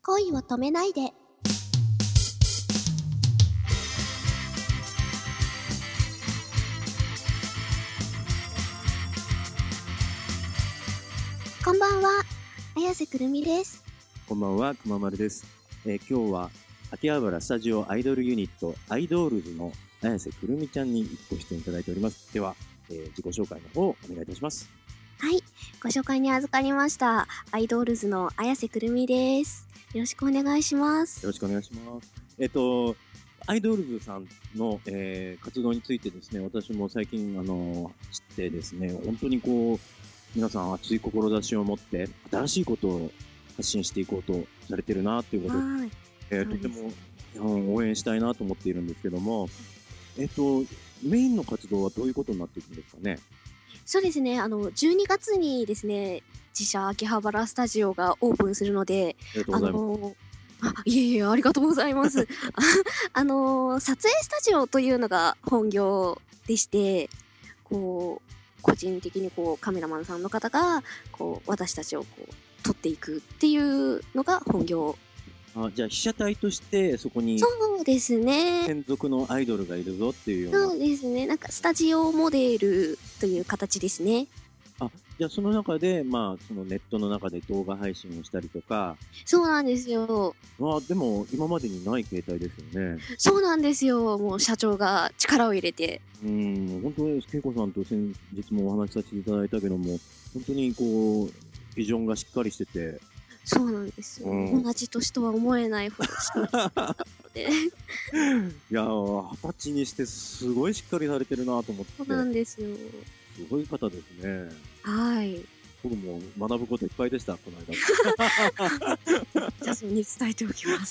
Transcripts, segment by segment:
恋を止めないで。こんばんは、綾瀬くるみです。 こんばんは、くままるです。今日は秋葉原スタジオアイドルユニットアイドールズの綾瀬くるみちゃんにご出演いただいております。では、自己紹介の方をお願いいたします。 はい、ご紹介に預かりましたアイドールズの綾瀬くるみです。よろしくお願いします。 よろしくお願いします。アイドールズさんの、活動についてですね、私も最近知ってですね、本当に皆さん熱い志を持って新しいことを発信していこうとされてるなということで、とても応援したいなと思っているんですけども、メインの活動はどういうことになっていくんですかね。 そうですね、12月にですね、自社秋葉原スタジオがオープンするので、 ありがとうございます。 いえ、ありがとうございます。撮影スタジオというのが本業でして、個人的にカメラマンさんの方が私たちを撮っていくっていうのが本業。 じゃあ被写体としてそこにそうですね、 専属のアイドルがいるぞっていうような。 そうですね、なんかスタジオモデルという形ですね。 じゃあその中で、そのネットの中で動画配信をしたりとか。 そうなんですよ。 でも今までにない形態ですよね。 そうなんですよ。もう社長が力を入れて。 本当に恵子さんと先日もお話しさせていただいたけども、本当にビジョンがしっかりしてて。 そうなんですよ。同じ年とは思えないほどしっかりしてたので。 いやー、20歳にしてすごいしっかりされてるなと思って。 そうなんですよ。 すごい方ですね。 はい。 僕も学ぶこといっぱいでした、この間。 じゃあ、それに伝えておきます。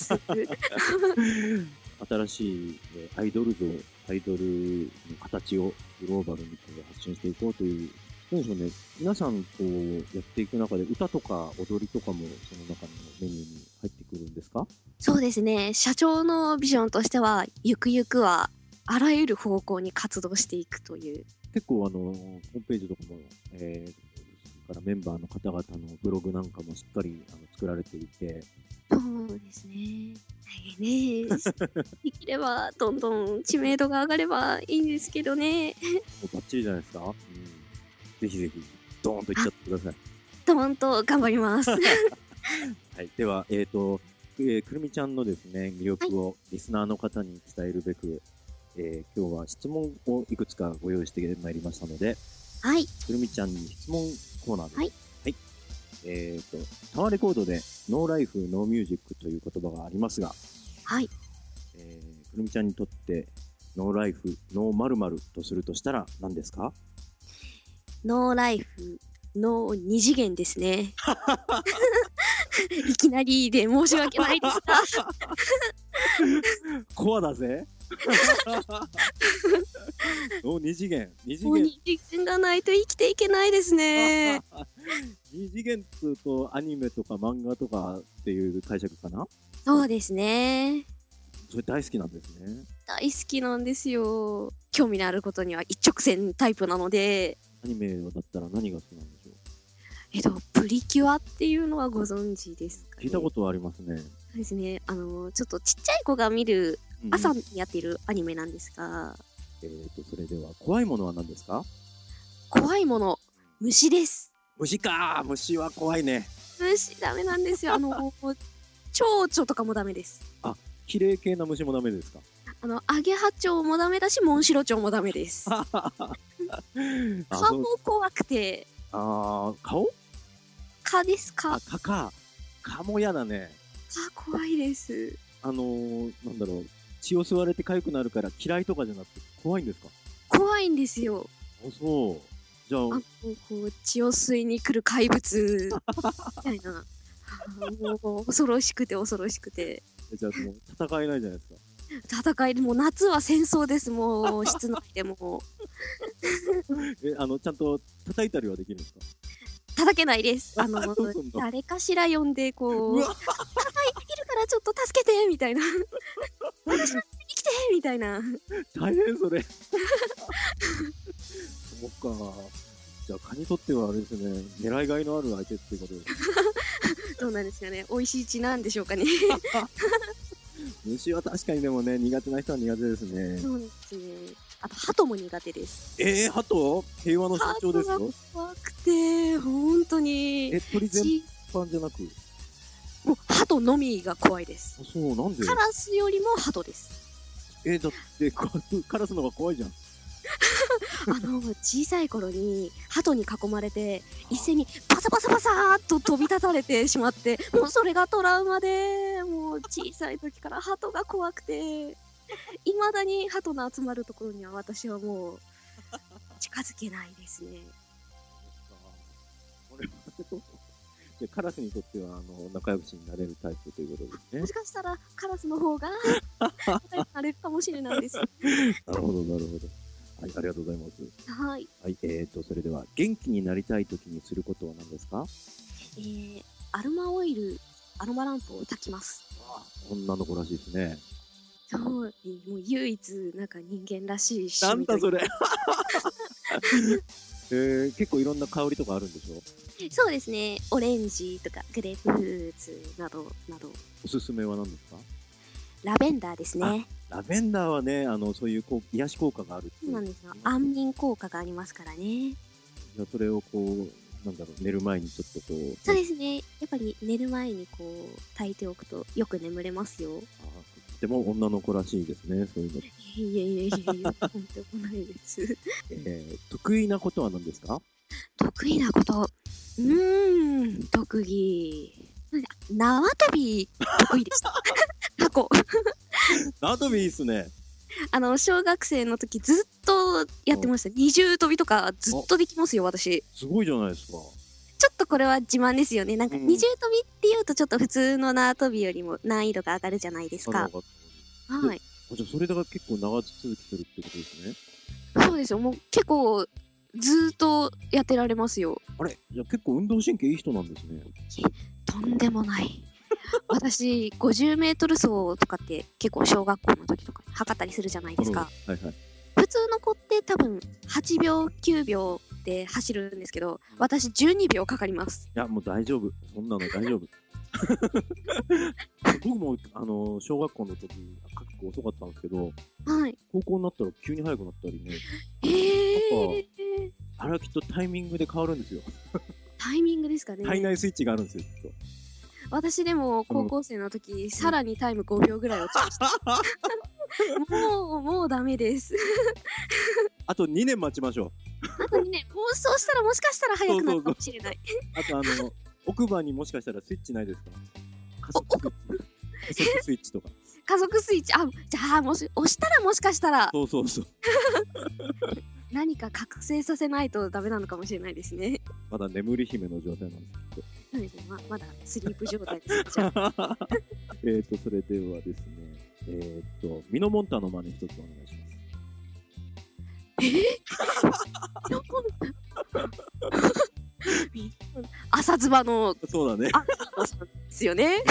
新しいアイドルの形をグローバルに発信していこうという。どうでしょうね。皆さんやっていく中で歌とか踊りとかもその中のメニューに入ってくるんですか？ そうですね。社長のビジョンとしては、ゆくゆくはあらゆる方向に活動していくという。 結構ホームページとかも、それからメンバーの方々のブログなんかもしっかり作られていて。 そうですね。大変です。できればどんどん知名度が上がればいいんですけどね。 もうバッチリじゃないですか。ぜひぜひドーンといっちゃってください。 ドーンと頑張ります。 はい、ではくるみちゃんのですね魅力をリスナーの方に伝えるべく、今日は質問をいくつかご用意してまいりましたので、 はい。 くるみちゃんに質問コーナーです。 はい。 タワーレコードでノーライフノーミュージックという言葉がありますが、 はい。 くるみちゃんにとってノーライフノー〇〇とするとしたら何ですか？ ノーライフ、ノー二次元ですね。いきなりで申し訳ないですが。 コアだぜ。ノー二次元。 もう二次元がないと生きていけないですね。 二次元っていうとアニメとか漫画とかっていう解釈かな？ そうですね。 それ大好きなんですね。 大好きなんですよ。興味のあることには一直線タイプなので。 アニメだったら何が好きなんでしょう？ プリキュアっていうのはご存知ですかね？ 聞いたことはありますね。 そうですね。ちょっとちっちゃい子が見る、朝にやっているアニメなんですが。 それでは怖いものは何ですか？ 怖いもの、虫です。 虫か。虫は怖いね。 虫ダメなんですよ。蝶々とかもダメです。 綺麗系な虫もダメですか？ アゲハチョウもダメだし、モンシロチョウもダメです。蚊も怖くて。 顔？ 蚊ですか？ 蚊も嫌だね。 蚊怖いです。 なんだろう。血を吸われて痒くなるから嫌いとかじゃなくて怖いんですか？ 怖いんですよ。 そう。じゃあ血を吸いに来る怪物みたいな。もう恐ろしくて。 じゃあもう戦えないじゃないですか。 戦いでも夏は戦争です。もう室内でもちゃんと叩いたりはできるんですか？ 叩けないです。誰かしら呼んで叩いてるからちょっと助けてみたいな。私の生きてみたいな。 大変それ。そっか。じゃあ蚊にとってはあれですね、狙いがいのある相手っていうことです。 どうなんですかね。美味しい血なんでしょうかね。 虫は確かにでもね、苦手な人は苦手ですね。 そうですね。あと、鳩も苦手です。 鳩平和の象徴です鳩がよ。 怖くて、本当に。 鳥全般じゃなく。 もう、鳩のみが怖いです。 そう、なんで？ カラスよりも鳩です。 だってカラスの方が怖いじゃん。 小さい頃に鳩に囲まれて一斉にパサパサパサーっと飛び立たれてしまって、もうそれがトラウマで、もう小さい時から鳩が怖くて、いまだに鳩の集まるところには私はもう近づけないですね。 じゃあカラスにとっては仲良しになれるタイプということですね。 もしかしたらカラスの方が仲良くなれるかもしれないです。 なるほどなるほど。はい、ありがとうございます。 はい。 はい、それでは元気になりたいときにすることは何ですか？ アロマオイル、アロマランプを焚きます。 女の子らしいですね。 そう、もう唯一なんか人間らしい趣味。 なんだそれ。結構いろんな香りとかあるんでしょ？ そうですね。オレンジとかグレープフルーツなどなど。 おすすめは何ですか？ ラベンダーですね。 ラベンダーはね、そういう癒し効果があるっていう。 そうなんですよ。安眠効果がありますからね。 じゃあそれを寝る前にちょっとそうですね。やっぱり寝る前に炊いておくとよく眠れますよ。 とても女の子らしいですね、そういうの。 いや、とんでもないです。 得意なことは何ですか？ 得意なこと。特技。縄跳び得意でした。過去。 縄跳びいいっすね。 小学生の時ずっとやってました。二重跳びとかずっとできますよ、私。 すごいじゃないですか。 ちょっとこれは自慢ですよね。なんか二重跳びっていうとちょっと普通の縄跳びよりも難易度が上がるじゃないですか。はい。 じゃあそれだから結構長続きするってことですね。 そうですよ。もう結構ずっとやってられますよ。 あれ？じゃあ結構運動神経いい人なんですね。 とんでもない。私、50メートル走とかって結構小学校の時とか測ったりするじゃないですか。 はいはい。 普通の子って多分8秒、9秒で走るんですけど、私12秒かかります。 いや、もう大丈夫。そんなの大丈夫。僕も小学校の時結構遅かったんですけど、 はい。 高校になったら急に速くなったりね。あれはきっとタイミングで変わるんですよ。 タイミングですかね。 体内スイッチがあるんですよ、きっと。 私でも高校生の時、さらにタイム5秒ぐらい落ちました。もうダメです。 あと2年待ちましょう。あと2年。そうしたらもしかしたら速くなるかもしれない。 あと奥歯にもしかしたらスイッチないですか？加速スイッチとか。 加速スイッチ。じゃあ押したらもしかしたら。 そう。 何か覚醒させないとダメなのかもしれないですね。 まだ眠り姫の状態なんですけど。 そうですね。まだスリープ状態です。じゃあそれではですね、ミノモンタの真似一つお願いします。朝ズバの。 そうだね。 ですよね。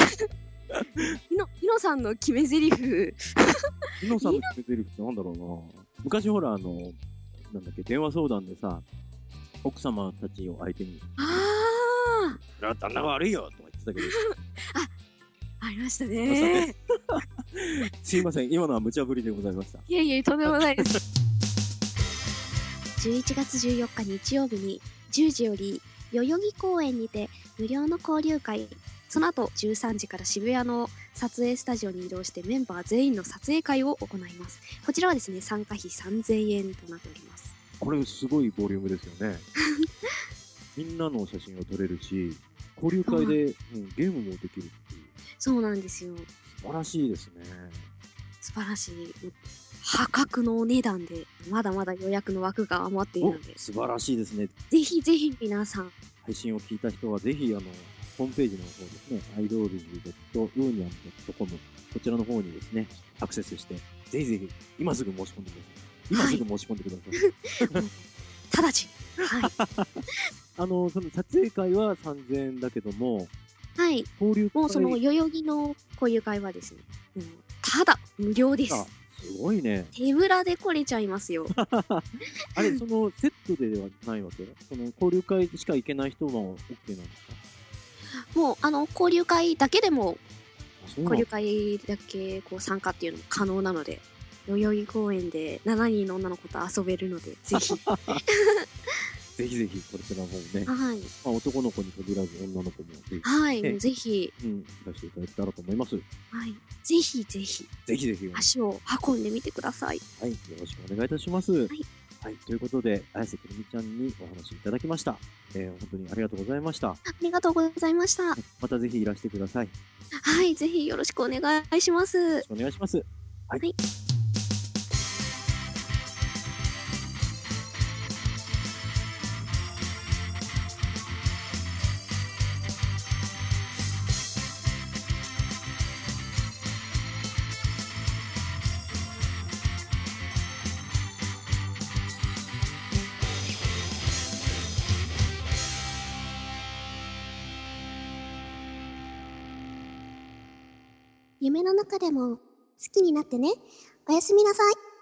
ミノさんの決め台詞。 ミノさんの決め台詞ってなんだろうな。昔ほらなんだっけ、電話相談でさ、奥様たちを相手に。旦那が悪いよとか言ってたけど。 ありましたね。 すいません、今のは無茶ぶりでございました。 いえ、とんでもないです。11月14日日曜日に10時より代々木公園にて無料の交流会、その後13時から渋谷の撮影スタジオに移動してメンバー全員の撮影会を行います。こちらはですね、参加費3000円となっております。 これすごいボリュームですよね。みんなの写真を撮れるし、交流会で、ゲームもできるっていう。 そうなんですよ。 素晴らしいですね。 素晴らしい。破格のお値段で、まだまだ予約の枠が余っているので。 素晴らしいですね。 ぜひぜひ皆さん。 配信を聞いた人はぜひホームページの方ですね、idolz.union.com こちらの方にですね、アクセスして、ぜひぜひ今すぐ申し込んでください。今すぐ申し込んでください。 直ちに。はい。 その撮影会は3000円だけども、 はい。交流会もうその代々木の交流会はですね、ただ無料です。 すごいね。 手ぶらで来れちゃいますよ。 あれ、セットではないわけ？その交流会しか行けない人も OK なんですか？ もう、交流会だけでも、交流そうなん会だけこう参加っていうのも可能なので、代々木公園で7人の女の子と遊べるので、ぜひ。 ぜひぜひ、こちらの方ね、 はい。 まあ、男の子に限らず女の子もぜはい、 ひ、ね、 もうぜひ、 うん、いらしていただけたらと思います。 はい。ぜひぜひ、 ぜひぜひ、 足を運んでみてください。 はい、よろしくお願いいたします。 はい。 はい、ということで、綾瀬くるみちゃんにお話いただきました。本当にありがとうございました。 ありがとうございました。 またぜひいらしてください。よはい、ぜひよろしくお願いします。 ろしくお願いします。はい。 はい。夢の中でも好きになってね。おやすみなさい。